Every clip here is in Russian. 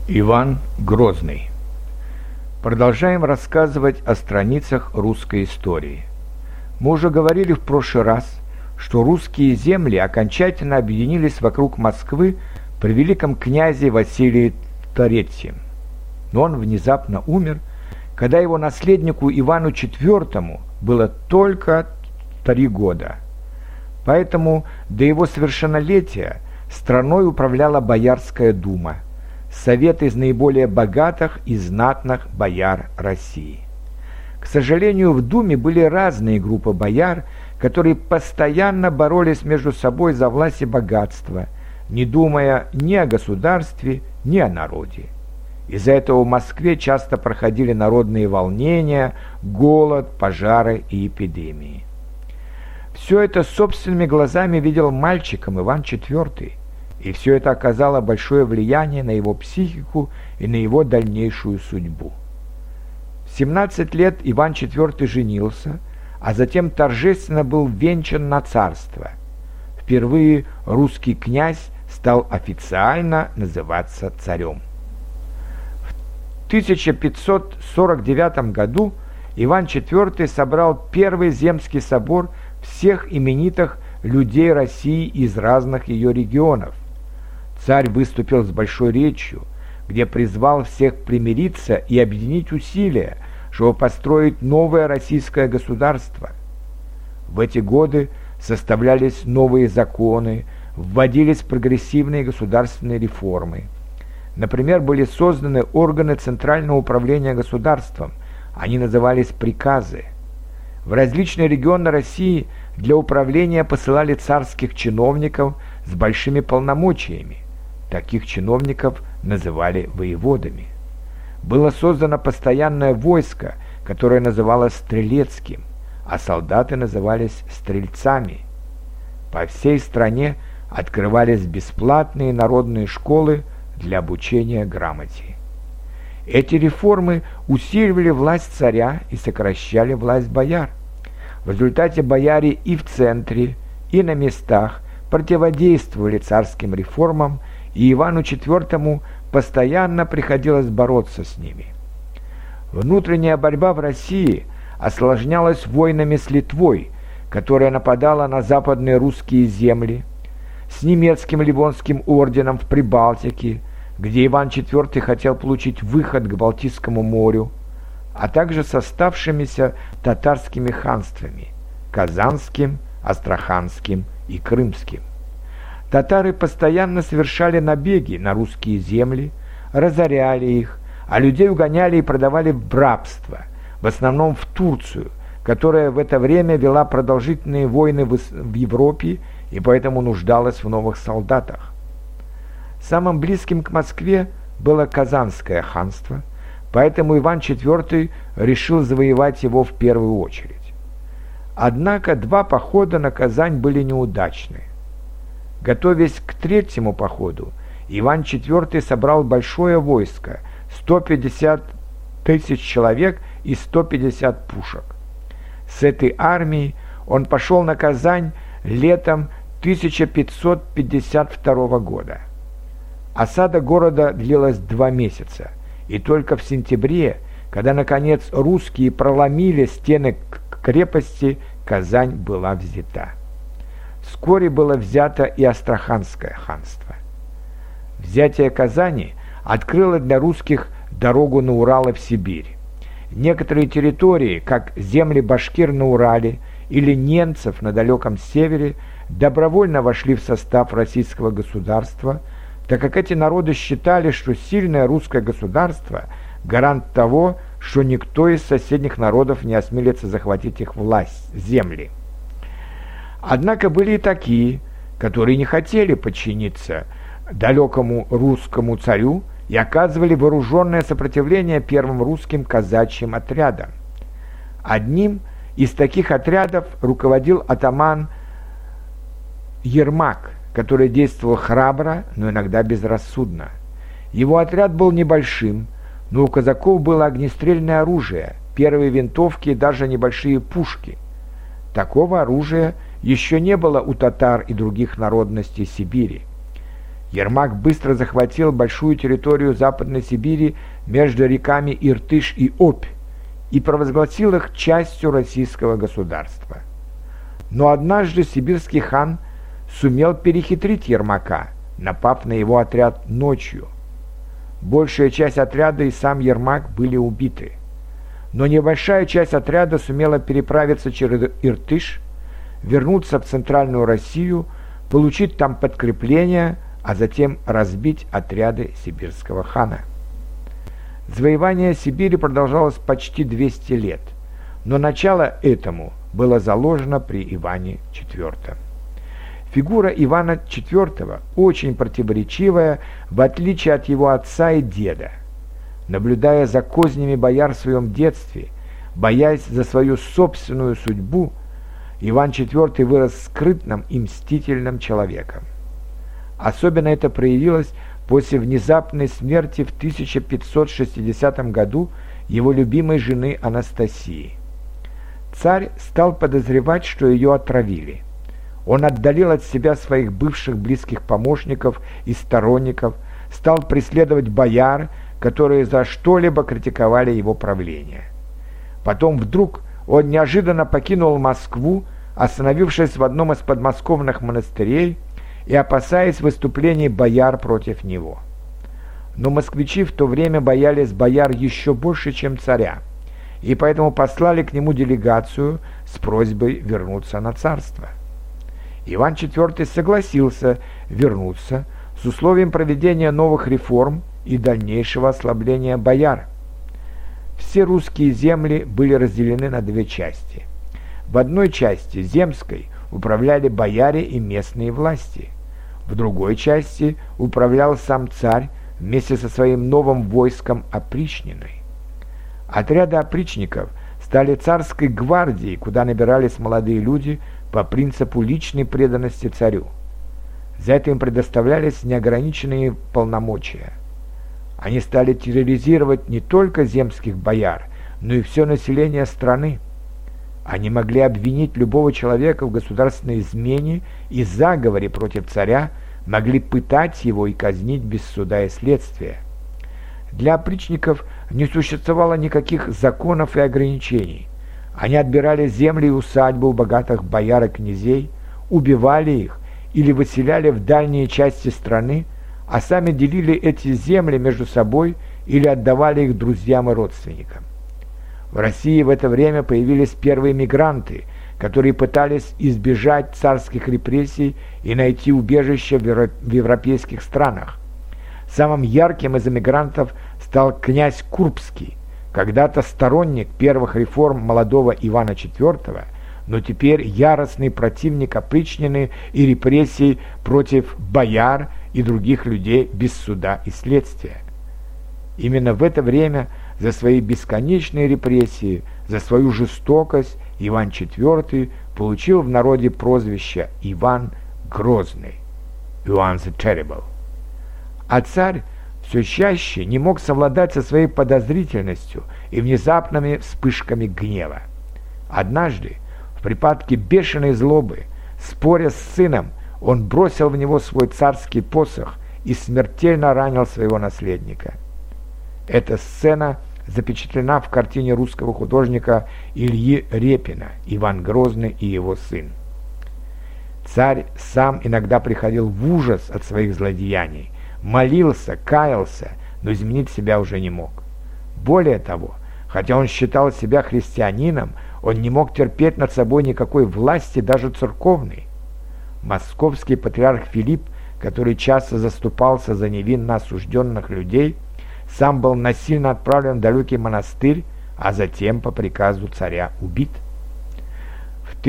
Иван Грозный. Продолжаем рассказывать о страницах русской истории. Мы уже говорили в прошлый раз, что русские земли окончательно объединились вокруг Москвы при великом князе Василии III. Но он внезапно умер, когда его наследнику Ивану IV было только 3 года. Поэтому до его совершеннолетия страной управляла Боярская дума, совет из наиболее богатых и знатных бояр России. К сожалению, в Думе были разные группы бояр, которые постоянно боролись между собой за власть и богатство, не думая ни о государстве, ни о народе. Из-за этого в Москве часто проходили народные волнения, голод, пожары и эпидемии. Все это собственными глазами видел мальчиком Иван IV, и все это оказало большое влияние на его психику и на его дальнейшую судьбу. В 17 лет Иван IV женился, а затем торжественно был венчан на царство. Впервые русский князь стал официально называться царем. В 1549 году Иван IV собрал Первый Земский собор всех именитых людей России из разных ее регионов. Царь выступил с большой речью, где призвал всех примириться и объединить усилия, чтобы построить новое российское государство. В эти годы составлялись новые законы, вводились прогрессивные государственные реформы. Например, были созданы органы Центрального управления государством, они назывались приказы. В различные регионы России для управления посылали царских чиновников с большими полномочиями. Таких чиновников называли воеводами. Было создано постоянное войско, которое называлось стрелецким, а солдаты назывались стрельцами. По всей стране открывались бесплатные народные школы для обучения грамоте. Эти реформы усиливали власть царя и сокращали власть бояр. В результате бояре и в центре, и на местах противодействовали царским реформам, и Ивану IV постоянно приходилось бороться с ними. Внутренняя борьба в России осложнялась войнами с Литвой, которая нападала на западные русские земли, с немецким Ливонским орденом в Прибалтике, где Иван IV хотел получить выход к Балтийскому морю, а также с оставшимися татарскими ханствами – Казанским, Астраханским и Крымским. Татары постоянно совершали набеги на русские земли, разоряли их, а людей угоняли и продавали в рабство, в основном в Турцию, которая в это время вела продолжительные войны в Европе и поэтому нуждалась в новых солдатах. Самым близким к Москве было Казанское ханство, поэтому Иван IV решил завоевать его в первую очередь. Однако 2 похода на Казань были неудачны. Готовясь к 3-му походу, Иван IV собрал большое войско – 150 тысяч человек и 150 пушек. С этой армией он пошел на Казань летом 1552 года. Осада города длилась 2 месяца, и только в сентябре, когда, наконец, русские проломили стены крепости, Казань была взята. Вскоре было взято и Астраханское ханство. Взятие Казани открыло для русских дорогу на Урал и в Сибирь. Некоторые территории, как земли башкир на Урале или ненцев на далеком севере, добровольно вошли в состав российского государства, так как эти народы считали, что сильное русское государство – гарант того, что никто из соседних народов не осмелится захватить их власть, земли. Однако были и такие, которые не хотели подчиниться далекому русскому царю и оказывали вооруженное сопротивление первым русским казачьим отрядам. Одним из таких отрядов руководил атаман Ермак, который действовал храбро, но иногда безрассудно. Его отряд был небольшим, но у казаков было огнестрельное оружие, первые винтовки и даже небольшие пушки. Такого оружия еще не было у татар и других народностей Сибири. Ермак быстро захватил большую территорию Западной Сибири между реками Иртыш и Обь и провозгласил их частью российского государства. Но однажды сибирский хан сумел перехитрить Ермака, напав на его отряд ночью. Большая часть отряда и сам Ермак были убиты. Но небольшая часть отряда сумела переправиться через Иртыш, вернуться в Центральную Россию, получить там подкрепление, а затем разбить отряды сибирского хана. Завоевание Сибири продолжалось почти 200 лет, но начало этому было заложено при Иване IV. Фигура Ивана IV очень противоречивая, в отличие от его отца и деда. Наблюдая за кознями бояр в своем детстве, боясь за свою собственную судьбу, Иван IV вырос скрытным и мстительным человеком. Особенно это проявилось после внезапной смерти в 1560 году его любимой жены Анастасии. Царь стал подозревать, что ее отравили. Он отдалил от себя своих бывших близких помощников и сторонников, стал преследовать бояр, которые за что-либо критиковали его правление. Потом вдруг он неожиданно покинул Москву, остановившись в одном из подмосковных монастырей и опасаясь выступлений бояр против него. Но москвичи в то время боялись бояр еще больше, чем царя, и поэтому послали к нему делегацию с просьбой вернуться на царство. Иван IV согласился вернуться с условием проведения новых реформ и дальнейшего ослабления бояр. Все русские земли были разделены на две части. В одной части, земской, управляли бояре и местные власти. В другой части управлял сам царь вместе со своим новым войском опричниной. Отряды опричников стали царской гвардией, куда набирались молодые люди по принципу личной преданности царю. За это им предоставлялись неограниченные полномочия. Они стали терроризировать не только земских бояр, но и все население страны. Они могли обвинить любого человека в государственной измене и заговоре против царя, могли пытать его и казнить без суда и следствия. Для опричников не существовало никаких законов и ограничений. Они отбирали земли и усадьбы у богатых бояр и князей, убивали их или выселяли в дальние части страны, а сами делили эти земли между собой или отдавали их друзьям и родственникам. В России в это время появились первые мигранты, которые пытались избежать царских репрессий и найти убежище в европейских странах. Самым ярким из эмигрантов стал князь Курбский, когда-то сторонник первых реформ молодого Ивана IV, но теперь яростный противник опричнины и репрессий против бояр и других людей без суда и следствия. Именно в это время за свои бесконечные репрессии, за свою жестокость Иван IV получил в народе прозвище Иван Грозный, Иван the Terrible. А царь все чаще не мог совладать со своей подозрительностью и внезапными вспышками гнева. Однажды, в припадке бешеной злобы, споря с сыном, он бросил в него свой царский посох и смертельно ранил своего наследника. Эта сцена запечатлена в картине русского художника Ильи Репина «Иван Грозный и его сын». Царь сам иногда приходил в ужас от своих злодеяний, молился, каялся, но изменить себя уже не мог. Более того, хотя он считал себя христианином, он не мог терпеть над собой никакой власти, даже церковной. Московский патриарх Филипп, который часто заступался за невинно осужденных людей, сам был насильно отправлен в далекий монастырь, а затем по приказу царя убит. В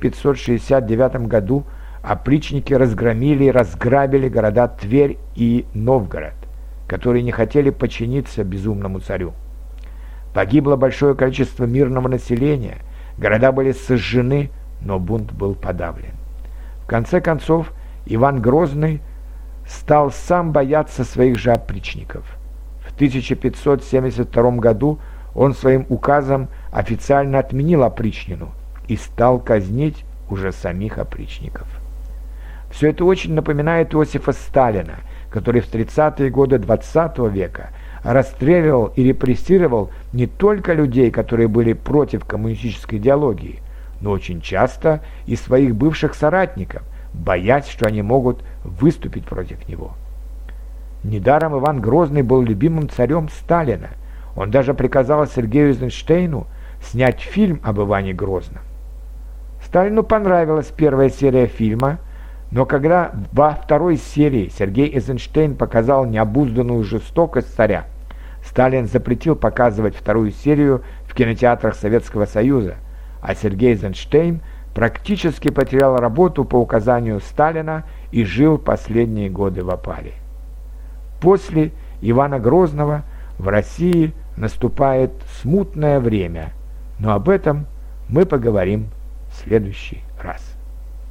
1569 году опричники разгромили и разграбили города Тверь и Новгород, которые не хотели подчиниться безумному царю. Погибло большое количество мирного населения, города были сожжены, но бунт был подавлен. В конце концов, Иван Грозный стал сам бояться своих же опричников. В 1572 году он своим указом официально отменил опричнину и стал казнить уже самих опричников. Все это очень напоминает Иосифа Сталина, который в 30-е годы XX века расстреливал и репрессировал не только людей, которые были против коммунистической идеологии, но очень часто и своих бывших соратников, боясь, что они могут выступить против него. Недаром Иван Грозный был любимым царем Сталина. Он даже приказал Сергею Эйзенштейну снять фильм об Иване Грозном. Сталину понравилась первая серия фильма, но когда во второй серии Сергей Эйзенштейн показал необузданную жестокость царя, Сталин запретил показывать вторую серию в кинотеатрах Советского Союза, а Сергей Эйзенштейн практически потерял работу по указанию Сталина и жил последние годы в опале. После Ивана Грозного в России наступает смутное время, но об этом мы поговорим в следующий раз.